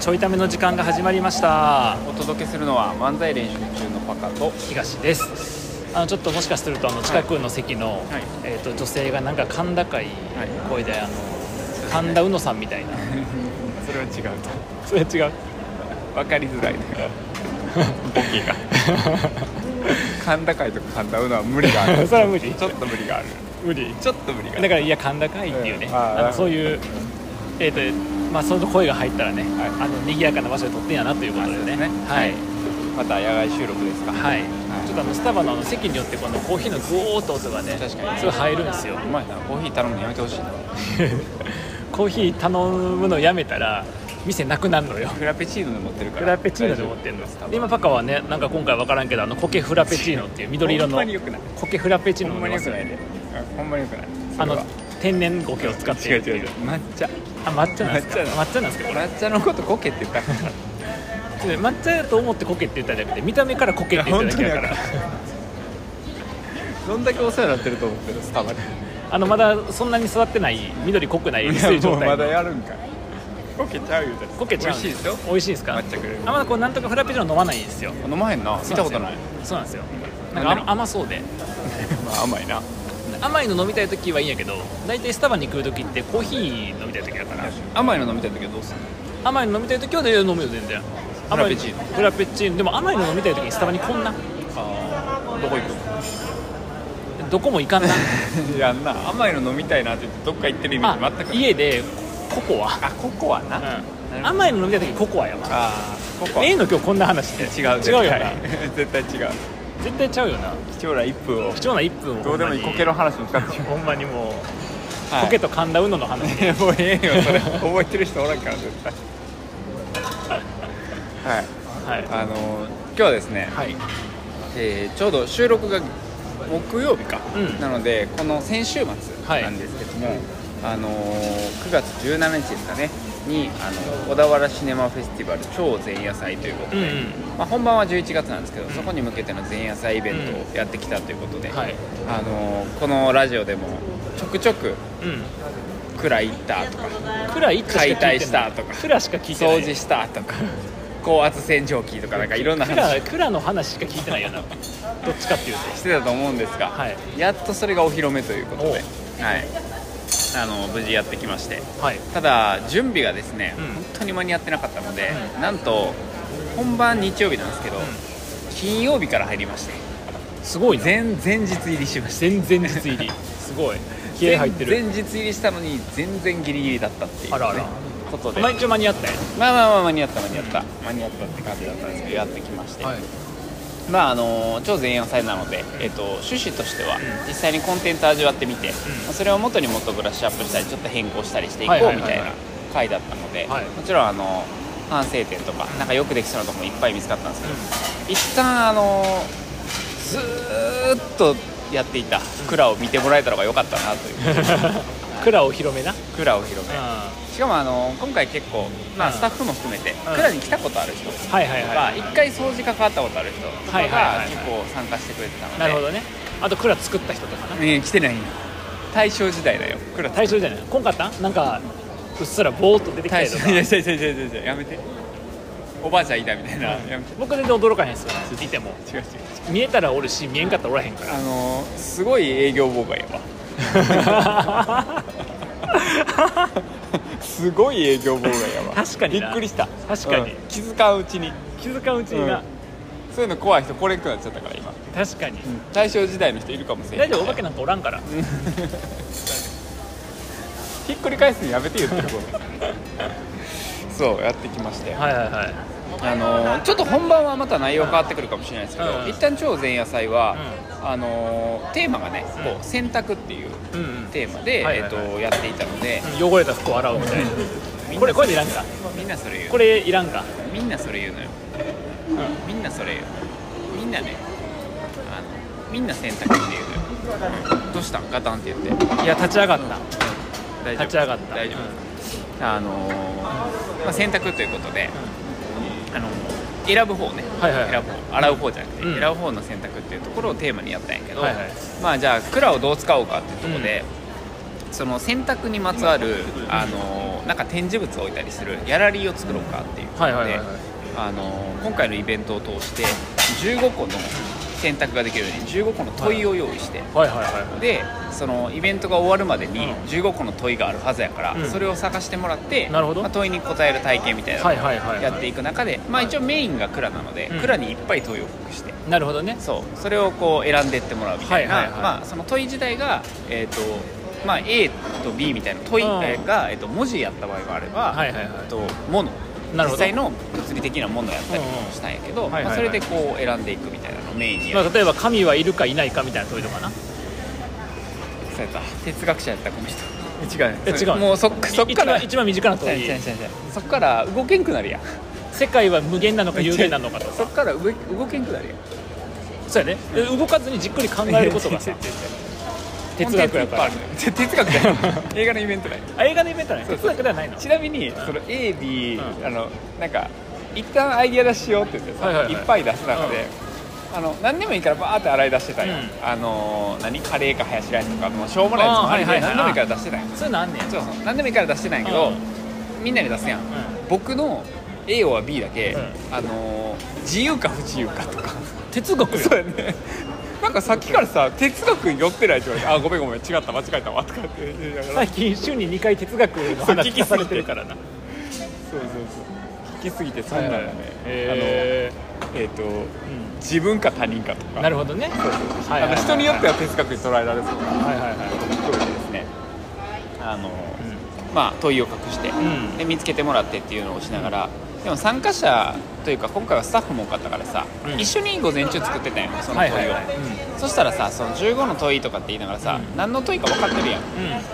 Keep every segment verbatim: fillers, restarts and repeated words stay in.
ちょいための時間が始まりました。 お届けするのは漫才練習中のパカと東です。あのちょっともしかするとあの近くの席の、はいえー、と女性がなんか甲高い声で、はい、あの神田うのさんみたいなそれは違うとそれは違う分かりづらいねボケが甲高いとか神田うのは無理があるそれは無理ちょっと無理がある無理ちょっと無理があるだからいや甲高いっていうね、うん、あのそういうえーとまあ、その声が入ったらね、はい、あの賑やかな場所で撮ってんやなということで ね, ね、はい、 また野外収録ですか。 はい、はい、ちょっとあのスタバのあの席によってこのコーヒーのゴーッと音がね確かにすごい入るんですよ。 うまいな。コーヒー頼むのやめてほしいなコーヒー頼むのやめたら店なくなるのよ。 フラペチーノで持ってるから。フラペチーノで持ってるの。今パカはねなんか今回分からんけどあのコケフラペチーノっていう緑色のコケフラペチーノほんまによくないで。ほんまによくない。 あの天然ゴケを使っているっていう。 違う違う違う抹茶。 あ抹茶なんですか。抹茶なんですか。 抹茶のことコケって言ったから抹茶やと思ってコケって言ったんじゃなくて見た目からコケって言っただけだからどんだけお世話になってると思ってるスタバで。 あのまだそんなに育ってない緑濃くない薄い状態のまだやるんかい。コケちゃうよ。 コケちゃう。美味しいですよ。美味しいですか。 抹茶くれる。 あまだこうなんとかフラペチーノ飲まないんですよ。 飲まへんな。見たことない。 そうなんですよ。なんか甘そうでまあ甘いな。 甘いの飲みたい時はいいんやけど大体スタバに来る時ってコーヒー飲みたい時だから甘いの飲みたい時はどうするの。甘いの飲みたい時は飲むよ全然。 フラペチーノ。 フラペチーノでも甘いの飲みたい時にスタバに来んな。 あどこ行くの。どこも行かんな。 いやんな甘いの飲みたいなって言ってどっか行ってる意味全く家でココア。 あココアな、 うん、甘いの飲みたい時ココアやわ。 あココアええの今日こんな話で違う違うよな絶対違う絶対ちゃうよな。 貴重ないっぷんを貴重ないっぷんをどうでもいいコケの話も使ってほんまにもう、はい、コケと神田うのの話もうええよそれ覚えてる人おらんから絶対はい、はい、あのー、今日はですね、はいえー、ちょうど収録が木曜日か、うん、なのでこの先週末なんですけども、はいあのー、くがつじゅうしちにちですかねにあの小田原シネマフェスティバル超前夜祭ということで、うんうんまあ、本番はじゅういちがつなんですけど、うん、そこに向けての前夜祭イベントをやってきたということで、うんはいあのー、このラジオでもちょくちょく、うん、蔵行ったとか蔵行った解体したとか蔵しか聞いてない掃除したとか高圧洗浄機とかなんかいろんな話蔵の話しか聞いてないよなどっちかっていうとしてたと思うんですが、はい、やっとそれがお披露目ということで、はいあの無事やってきまして、はい、ただ準備がですね、うん、本当に間に合ってなかったので、うん、なんと本番日曜日なんですけど、うん、金曜日から入りましてすごいな。 前前日入りしました。 前々日入りすごい気合入ってる。 前日入りしたのに全然ギリギリだったっていう、ね、 あらあらことでまあ一応間に合ったよ。 まあまあまあ間に合った間に合った、うん、間に合ったって感じだったんですけどやってきまして、はいまああの超前夜祭なので、えー、と趣旨としては、うん、実際にコンテンツ味わってみて、うんまあ、それを元にもっとブラッシュアップしたりちょっと変更したりしていこうみたいな回だったので、はい、もちろんあの反省点とかなんかよくできそうなところもいっぱい見つかったんですけど、うん、一旦あのずーっとやっていた蔵を見てもらえたのが良かったなという蔵を広めな蔵を広めしかもあの今回結構、まあ、スタッフも含めて蔵に来たことある人とか一回掃除関わったことある人とかが結構参加してくれてたので、 なるほどね。あと蔵作った人とかな、 ね、来てないんよ。大正時代だよ蔵大正時代だよ。来んかったなんかうっすらボーっと出てきたりとか。 いやいやいやいやいややめておばあちゃんいたみたいな、うん、やめて。 僕全然驚かへんすよいても違う違う違う見えたらおるし見えんかったらおらへんから。 あのー、すごい営業妨害やわすごい営業妨害やわ確かにびっくりした。 確かに、 うん、気づかんうちに気づかんうちにな、うん、 そういうの怖い人来れんくなっちゃったから今。 確かに、うん、 大正時代の人いるかもしれない。 大丈夫お化けなんかおらんからひっくり返すのやめて言ってることそうやってきましてはいはいはいあのー、ちょっと本番はまた内容変わってくるかもしれないですけど、うん、一旦超前夜祭は、うん、あのー、テーマがね、うん、こう洗濯っていうテーマで、うんえー、とやっていたので、 うん、汚れた服を洗うみたいなこれこれいらんかみんなそれ言うこれいらんかみんなそれ言うのよ、うん、みんなそれ言うみんなねあのみんな洗濯って言うのよ、うん、どうしたんガタンって言っていや立ち上がった、うん、 大丈夫立ち上がった大丈夫、うん、あのーまあ、洗濯ということで、うん、あの選ぶ方ね、はいはいはい、選ぶ方洗う方じゃなくて、うん、選ぶ方の選択っていうところをテーマにやったんやけど、はいはい、まあじゃあ蔵をどう使おうかっていうところで、うん、その洗濯にまつわる、あのなんか展示物を置いたりするギャラリーを作ろうかっていうことで、はいはいはいはい、あの今回のイベントを通してじゅうごこの選択ができるようにじゅうごこの問いを用意して、はいはいはいはい、でそのイベントが終わるまでにじゅうごこの問いがあるはずやから、うん、それを探してもらって、なるほど、まあ、問いに答える体験みたいなのをやっていく中で、まあ、一応メインが蔵なので、うん、蔵にいっぱい問いを隠して、 なるほどね、 そうそれをこう選んでいってもらうみたいな、はいはいはい、まあ、その問い自体が、えーとまあ、A と B みたいな問いが、えーと文字やった場合があれば、はいはいはい、えーともの実際の物理的なものやったりもしたんやけど、まあ、それでこう選んでいくみたいなのをメインにやる、 まあ、例えば神はいるかいないかみたいな問いとかな、 そうやった哲学者やったこの人違うえ違うもうそそっから一番身近な問い、 そっから動けんくなるやん、 世界は無限なのか有限なのかとか、 そっから動けんくなるやん、 そうやね、うん、動かずにじっくり考えることがさ哲学やから哲学だよ映画のイベントだよあ映画のイベントだよ哲学ではないの。 ちなみに、うん、その エービー、うん、あのなんか一旦アイディア出ししようって言ってさ、はいはいはい、いっぱい出す中で、うん、あの何でもいいからバーって洗い出してたよ、うん、あの何カレーかハヤシライスとかもうしょうもないやつもありで、はいはいはい、何でもいいから出してたよ。 そういうのあんねん。 そうそう何でもいいから出してないけど、うん、みんなに出すやん、うん、僕の A は B だけ、うん、あの自由か不自由かとか哲学そうやねなんかさっきからさ哲学に寄ってないって言われてあごめんごめん違った間違えたわとかって言いながら最近週ににかい哲学の話聞かされてるからなそうそうそう聞きすぎてそんなのね、はいはい、 えー、えーと、うん、自分か他人かとかなるほどねそうそうそう、はいはいはいはい、人によっては哲学に捉えられそうなはいはいはい含めてですねあの、うん、まあ問いを隠して、うん、で見つけてもらってっていうのをしながら、うん、でも参加者というか今回はスタッフも多かったからさ、うん、一緒に午前中作ってたよその問いを、はいはいはいうん、そしたらさそのじゅうごの問いとかって言いながらさ、うん、何の問いか分かってるやん、うん、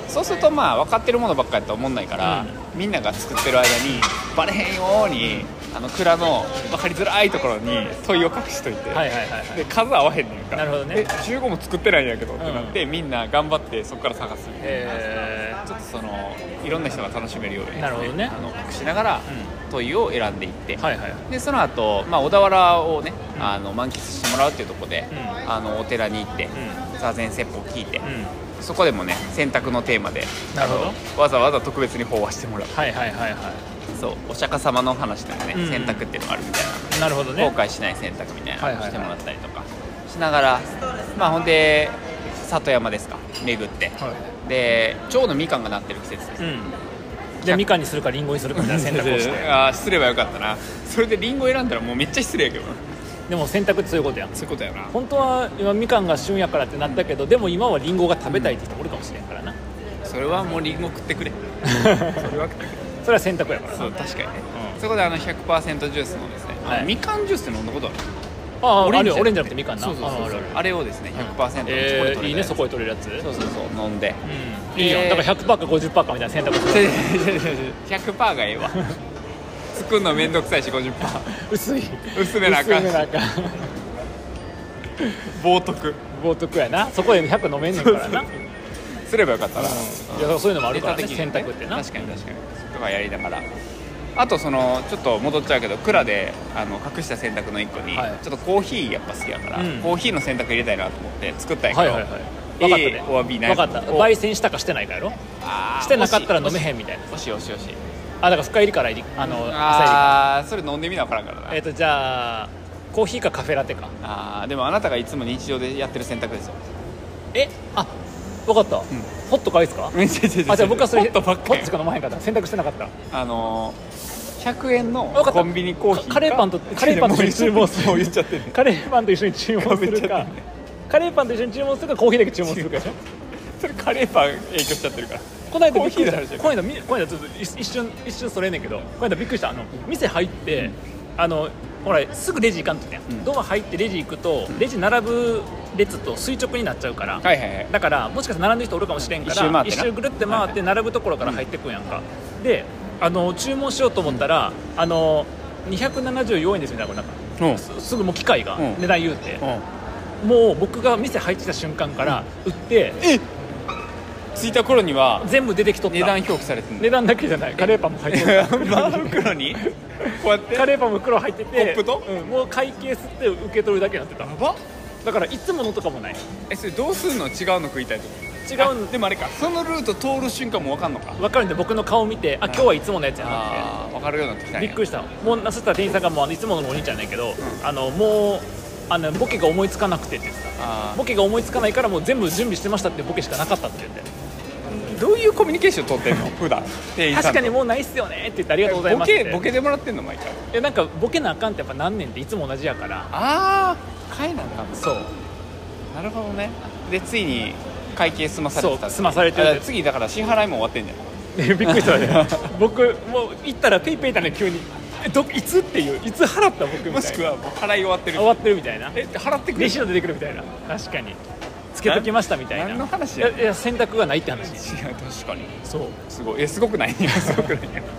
そうするとまあ分かってるものばっかりやと思んないから、うん、みんなが作ってる間にバレへんようにあの蔵の分かりづらいところに問いを隠しといて、はいはいはいはい、で数合わへんねんかなるほど、ね、 でじゅうごも作ってないんやけどってなって、うん、みんな頑張ってそこから探すみたいな、 えー、 ちょっとそのいろんな人が楽しめるようにですね、 なるほどね、 あの隠しながら問いを選んでいって、 はいはい、 でその後、まあ小田原をね、うん、あの満喫してもらうっていうところで、うん、あのお寺に行って、うん、座禅説法を聞いて、うん、そこでもね選択のテーマでなるほどわざわざ特別に法話してもらう、 はいはいはいはい、 そうお釈迦様の話というね、うん、選択っていうのがあるみたいな、 なるほどね、 後悔しない選択みたいなのをしてもらったりとかしながら、まあほんで里山ですか巡って、はい、でちょうどみかんがなってる季節です、うんじゃあみかんにするかリンゴにするかみたいな選択をしてああすればよかったな。それでリンゴ選んだらもうめっちゃ失礼やけどな。 でも選択ってそういうことやん。 そういうことやな。 本当は今みかんが旬やからってなったけど、でも今はリンゴが食べたいって人もおるかもしれんからな、 うん、それはもうリンゴ食ってくれそれは食ってくれそれは選択やからな。 そう確かにね、うん、そこであの ひゃくパーセント ジュースのですね、はい、みかんジュースって飲んだことある？ ああ、オレンジじゃなくてみかんな。 そうそうそうそう あ, あれをですね ひゃくパーセント のチョコで取れるやつ、えー、いいねそこで取れるやつ。 そうそうそう飲んで、 うん、いいよ、だから ひゃくパーセント か ごじゅっパーセント かみたいな選択するひゃくパーセント がええわ作るのめんどくさいし ごじゅっパーセント薄い薄めなあかんし冒涜冒涜やな。そこでひゃく飲めんねんからなすればよかったら、 うん、いやそういうのもあるからね、選択ってな。 確かに確かにとかやりながら、あとそのちょっと戻っちゃうけど蔵であの隠した選択のいっこに、はい、ちょっとコーヒーやっぱ好きやから、うん、コーヒーの選択入れたいなと思って作ったんやけど、はいはいはい、 分かったね、 A は B ない分かった。焙煎したかしてないかやろ。してなかったら飲めへんみたいな。 惜しい惜しい惜しい。 あだから深入りから入りあのああそれ飲んでみな分からんからな。 えっ、ー、とじゃあコーヒーかカフェラテか。 あでもあなたがいつも日常でやってる選択ですよ。 えあ分かった、うん、ホットかアイスか。 あじゃあ僕はそれホットばっかホットしか飲まへんかった。選択してなかった。 あのー、ひゃくえんのコンビニコーヒーかカレーパンとカレーパンと一緒に注文するもう言っちゃってる、ね、 カレーパンと一緒に注文するか、ね、カレーパンと一緒に注文するかコーヒーだけ注文するかでしょそれカレーパン影響しちゃってるから。 この間びっくりした。この間この間ちょっと一瞬一瞬それねんけど、この間びっくりした。あの店入って、うん、あのほらすぐレジ行かんとね、うん、ドア入ってレジ行くとレジ並ぶ列と垂直になっちゃうから、はいはいはい、だからもしかしたら並んでる人おるかもしれんから、一周ぐるって回って並ぶところから入ってくんやんか、うん、であの注文しようと思ったら、うん、あのにひゃくななじゅうよんえんですみたいな、なんか、うん、す, すぐもう機械が値段言うて、うん、もう僕が店入ってきた瞬間から売って、 うん、え着いた頃には全部出てきとった。 値段表記されてる。 値段だけじゃない、カレーパンも入ってた袋にこうやってカレーパンも袋入ってて、 コップと、 うん、もう会計吸って受け取るだけになってた。やば。だからいつものとかもない。 えそれどうすんの？違うの食いたいとか違う。 でもあれか、そのルート通る瞬間も分かんのか。 分かるんで、僕の顔見て、あ、今日はいつものやつやなって分かるようになってきた。 びっくりした。もうそしたら店員さんがもういつものお兄ちゃんだけど、うん、あのもうあのボケが思いつかなくてって言ってた。ボケが思いつかないからもう全部準備してましたってボケしかなかったって言って。 どういうコミュニケーション取ってんの普段店員さんと。確かにもうないっすよねって言ってありがとうございますって。 ボケボケでもらってんの毎回。 え、なんかボケなあかんってやっぱ何年っていつも同じやから。 ああ、買えなあかん。 そう。 なるほどね。でついに会計済まされてた。 そう済まされてる。 次だから支払いも終わってんじゃん。 えびっくりしたね僕もう行ったらペイペイだね急に。えどいつっていういつ払った僕みたいな。 もしくはもう払い終わってる。 終わってるみたいな。 え払ってくる。 レシート出てくるみたいな。確かに。つけときましたみたいな。 何の話や。 いや選択がないって話。 いや確かに。 そうすごい。えすごくない。すごくない。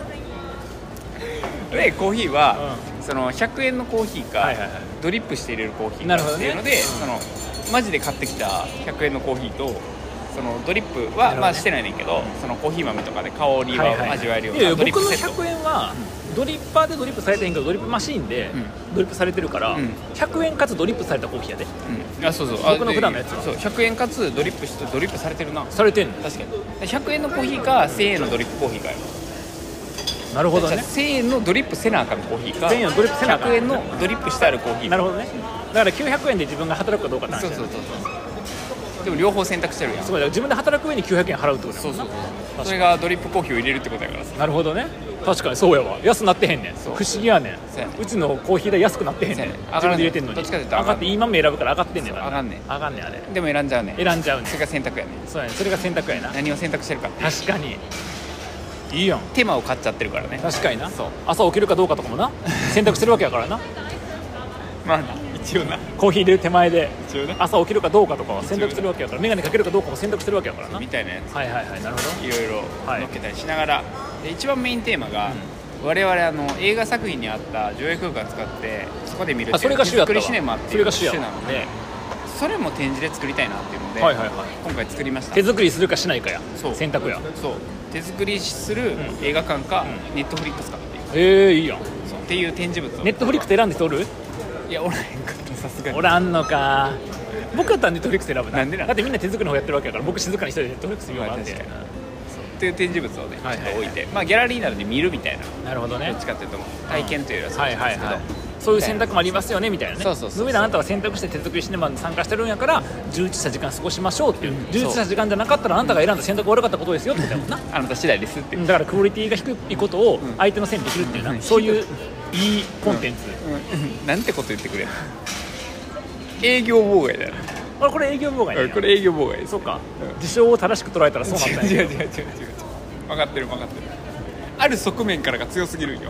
でコーヒーは、うん、そのひゃくえんのコーヒーか、はいはいはい、ドリップして入れるコーヒーかっていうので、ね、そのマジで買ってきたひゃくえんのコーヒーとそのドリップは、ね、まあしてないねんけど、そのコーヒー豆とかで香りは味わえるような、はいはい、 僕のひゃくえんは、うん、ドリッパーでドリップされてへんけどドリップマシーンでドリップされてるから、うん、ひゃくえんかつドリップされたコーヒーやで、 うん、あそうそう僕の普段のやつはそうひゃくえんかつドリップしてドリップされてるな。 されてんの。 確かにひゃくえんのコーヒーかせんえんのドリップコーヒーかよ。 なるほどね。 せんえんのドリップせなあかんコーヒーかせんえんのドリップせなあかんひゃくえんのドリップしてあるコーヒー。 なるほどね。だからきゅうひゃくえんで自分が働くかどうかって話だよね。 そうそうそうそう。でも両方選択してるやん。 そうだ、自分で働く上にきゅうひゃくえん払うってことだもんな。 そうそうそう。それがドリップコーヒーを入れるってことやからさ。 なるほどね。確かにそうやわ。安なってへんねん。不思議やねん。うちのコーヒー代安くなってへんねん。自分で入れてんのに。 どっちかっていうと上がっていい豆選ぶから上がってんねん。 上がんねん。 上がんねんあれ。 でも選んじゃうねん。 選んじゃうねん。 それが選択やねん。 そうやねん。それが選択やな。 何を選択してるか。 確かに。いいやん。 手間を買っちゃってるからね。 確かにな。そう。朝起きるかどうかとかもな。選択してるわけやからな。 まあな。一応なコーヒー入れる手前で一応、ね、 朝起きるかどうかとかは選択してるわけやから、眼鏡かけるかどうかも選択してるわけやからなみたいなやつ。 はいはいはい。なるほど。 いろいろ乗っけたりしながら、はい、で一番メインテーマが、うん、我々あの映画作品にあった上映空間を使ってそこで見るっていう手作りシネマっていう種なので、それも展示で作りたいなっていうので、はいはいはい、今回作りました。 手作りするかしないかや。そう選択や。 そう手作りする映画館か、うん、ネットフリックスかっていう。 えー、いいやん。 そうっていう展示物を。 ネットフリックス選んで人おる？ いやおらへんかった。さすがにおらんのか。僕だったらネットフリックス選ぶな。 なんでなん？ だってみんな手作りの方やってるわけやから、僕静かに一人でネットフリックス見ようがあって、まあ、 っていう展示物をね、はいはいはい、置いて、まあ、ギャラリーなどで見るみたいな。 なるほどね。 どっちかっていうと体験というよりはそうですけど、はいはいはい、 そういう選択もありますよねみたいなね。 そうそうそうそう。 上であなたは選択して手作りシネマに参加してるんやから充実した時間過ごしましょうっていう、うん、充実した時間じゃなかったらあなたが選んだ選択悪かったことですよってことやもんな。 あなた次第ですっていう。 だからクオリティが低いことを相手のせいにできるっていうな、うん、そういういいコンテンツ、 うんうんうん、なんてこと言ってくれる営業妨害だよ。 あれこれ営業妨害だよ。 これ営業妨害。 そうか、うん、事象を正しく捉えたらそうなったんや。 違う違う違う違う違う分かってる分かってる。ある側面からが強すぎるんよ。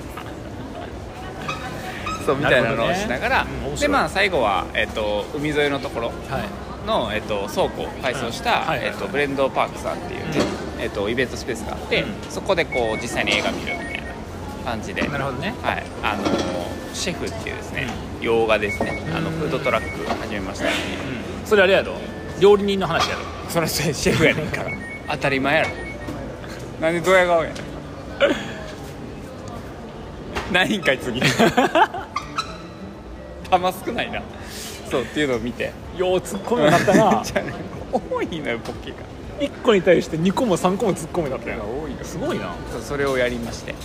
そうみたいなのをしながら、ね、うん、でまあ最後は、えー、と海沿いのところの、はい、えー、と倉庫を改装した、うん、はいはいはい、えー、とブレンドパークさんっていう、うん、えー、とイベントスペースがあって、うん、そこでこう実際に映画見るみたいな感じで。 なるほどね。 はい、あのシェフっていうですね、うん、洋画ですね、あのフードトラック始めましたよね、 うん、それあれやろ、料理人の話やろ。 それシェフやねんから当たり前やろ。なんでドヤ顔やねんないんかい次玉少ないな。そうっていうのを見てよう突っ込みなかったな多いのよボケが。 いっこに対してにこもさんこも突っ込みだったよ。多いのすごいな。 そうそれをやりまして、うん、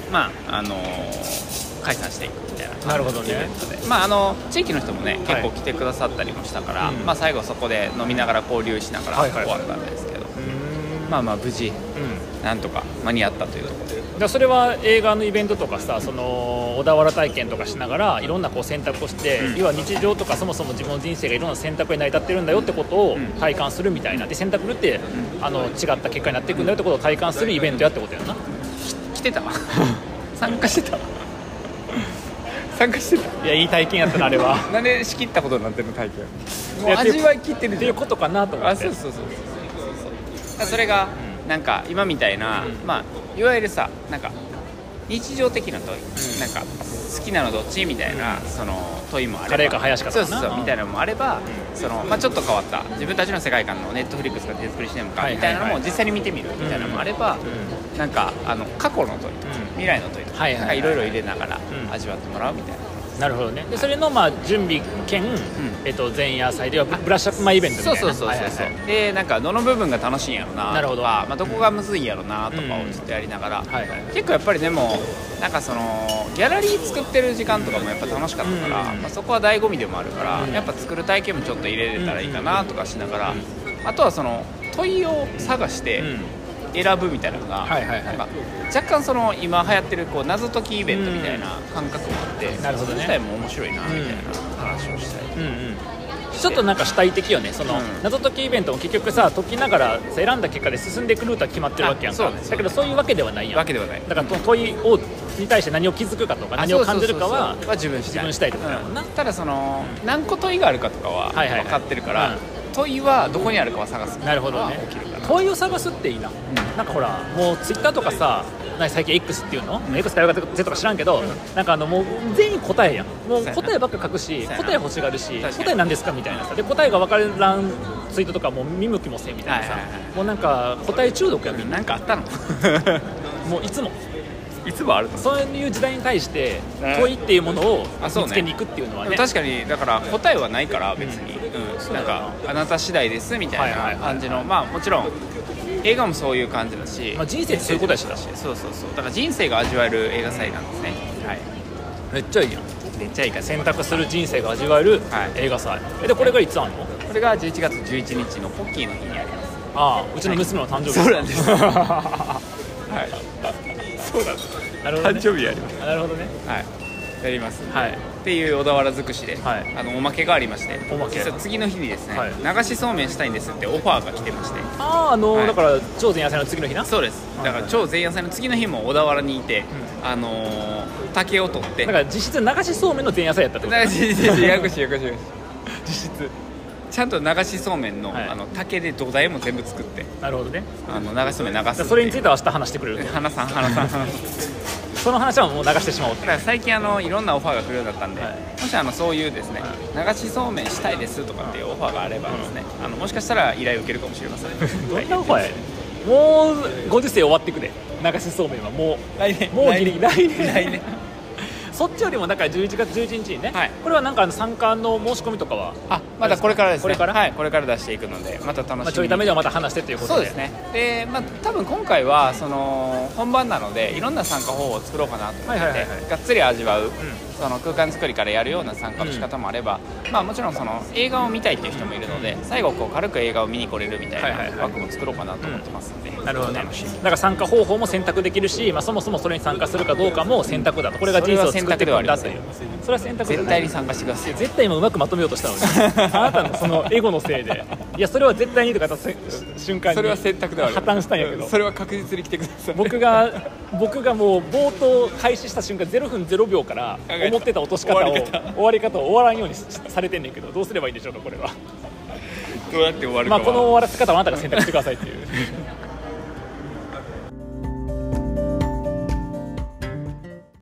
まああのー、解散していくみたいな。 なるほどね。 まああの地域の人もね、はい、結構来てくださったりもしたから、うん、まあ最後そこで飲みながら交流しながら終わったんですけど、はいはいはい、まあまあ無事、うん、なんとか間に合ったというところで。 だそれは映画のイベントとかさ、その小田原体験とかしながらいろんなこう選択をして、うん、要は日常とかそもそも自分の人生がいろんな選択に成り立ってるんだよってことを体感するみたいな。で選択って、うん、あの違った結果になっていくんだよってことを体感するイベントやってことやな。 来てた参加してた参加してた。 いやいい体験やったなあれはなんで仕切ったことになってるの体験。もう味わい切ってるっていうことかなと思って。 あそうそうそうそう。それがなんか今みたいな、うん、まあいわゆるさなんか日常的な問い、うん、なんか好きなのどっちみたいな、うん、その問いもあれば、 カレーか林かとかな、 そうそうそうみたいなのもあれば、うん、そのまあちょっと変わった自分たちの世界観のネットフリックスか手作りシネマかみたいなのも実際に見てみるみたいなのもあれば、うん、なんかあの過去の問いとか、うん、未来の問いとか、はいはいはい、いろいろ入れながら味わってもらうみたいな。 なるほどね。でそれのまあ準備兼、うん、えっと、前夜祭ではブラッシュアップマイイベントみたいな。 そうそうそうそう、はいはい、でなんかどの部分が楽しいんやろなとか、まあ、どこがむずいんやろなとかをちょっとやりながら、うん、はいはい、結構やっぱりでもなんかそのギャラリー作ってる時間とかもやっぱ楽しかったから、うん、まあ、そこは醍醐味でもあるから、うん、やっぱ作る体験もちょっと入れれたらいいかなとかしながら、うん、あとはその問いを探して、うん、選ぶみたいなのが、はいはいはい、まあ、若干その今流行ってるこう謎解きイベントみたいな感覚もあって、うん、なるほどね、それ自体も面白いなみたいな話をしたい、うんうん、 ちょっとなんか主体的よね。その、うん、謎解きイベントも結局さ解きながら選んだ結果で進んでいくルートは決まってるわけやんか。だけどそういうわけではないやん。 わけではない。 だから問いをに対して何を気づくかとか何を感じるかは自分自分したいってことだもんな、 うん、ただその、うん、何個問いがあるかとかは分かってるから、はいはいはい、うん、問いはどこにあるかは探す。 なるほどね。問いを探すっていいな、うん、なんかほらもうツイッターとかさ最近 X っていうの、うん、X か Z とか知らんけど、うん、なんかあのもう全員答えやん。もう答えばっか書くし答え欲しがるし答えなんですかみたいなさで答えが分からんツイートとかもう見向きもせんみたいなさ、はいはいはい、もうなんか答え中毒やみんな。 なんかあったのもういつもいつもあるの。 そういう時代に対して問いっていうものを見つけに行くっていうのはね、 確かにだから答えはないから別に、うんうん、なんかあなた次第ですみたいな感じの、まあもちろん映画もそういう感じだし、 まあ、人生ってそういうことやしだし、 そうそうそう、だから人生が味わえる映画祭なんですね、はい、 めっちゃいいやん。 めっちゃいいか選択する人生が味わえる映画祭、はい、でこれがいつあるの？ これがじゅういちがつじゅういちにちのポッキーの日にあります。 ああ、うちの娘の誕生日、 はい、そうなんですはいそうなんです。なるほどね、誕生日やります。 なるほどね、 はい、やります、はい、っていう小田原尽くしで、はい、あのおまけがありまして、おまけ実は次の日にですね、はい、流しそうめんしたいんですってオファーが来てまして、 ああ、あのーはい、だから超前夜祭の次の日な。 そうです。だから超前夜祭の次の日も小田原にいて、うん、あのー、竹を取って、 だから実質流しそうめんの前夜祭やったってこと実質ややこしいややこしい実質ちゃんと流しそうめん の,、はい、あの竹で土台も全部作って、 なるほどね、 あの流しそうめん流す。 それについては明日話してくれる。 話さん話さん話すその話はもう流してしまおう。だから最近あのいろんなオファーが来るようになったんで、はい、もしあのそういうですね、はい、流しそうめんしたいですとかっていうオファーがあればですね、うん、あのもしかしたら依頼を受けるかもしれませんどんなオファーやねん。もうご時世終わっていくで、流しそうめんはもう来年、もうギリギリ来年来年そっちよりもだからじゅういちがつじゅういちにちにね、はい、これはなんか参加の申し込みとかはあまだこれからですね。 これから、 はい、これから出していくのでまた楽しみに、まあ、 ちょいためではまた話してということで。 そうですね。で、まあ、多分今回はその本番なのでいろんな参加方法を作ろうかなと思って、はいはいはいはい、がっつり味わう、うん、その空間作りからやるような参加の仕方もあれば、うん、まあ、もちろんその映画を見たいっていう人もいるので、うん、最後こう軽く映画を見に来れるみたいな枠も作ろうかなと思ってますので、うん、 なるほどね。だから参加方法も選択できるし、まあ、そもそもそれに参加するかどうかも選択だと。これが人生を作っていくんだという、それは選択絶対に参加してください。 絶対今うまくまとめようとしたのにあなたのそのエゴのせいで、いやそれは絶対にとか言った瞬間にそれは選択ではある。 破綻したんやけど、 それは確実に来てください。 僕が僕がもう冒頭開始した瞬間ゼロふんゼロびょうから思ってた落とし方を終わり方を終わらんようにされてんねんけど、どうすればいいんでしょうかこれは。 どうやって終わるかは、 まあ、この終わらせ方はあなたが選択してくださいっていう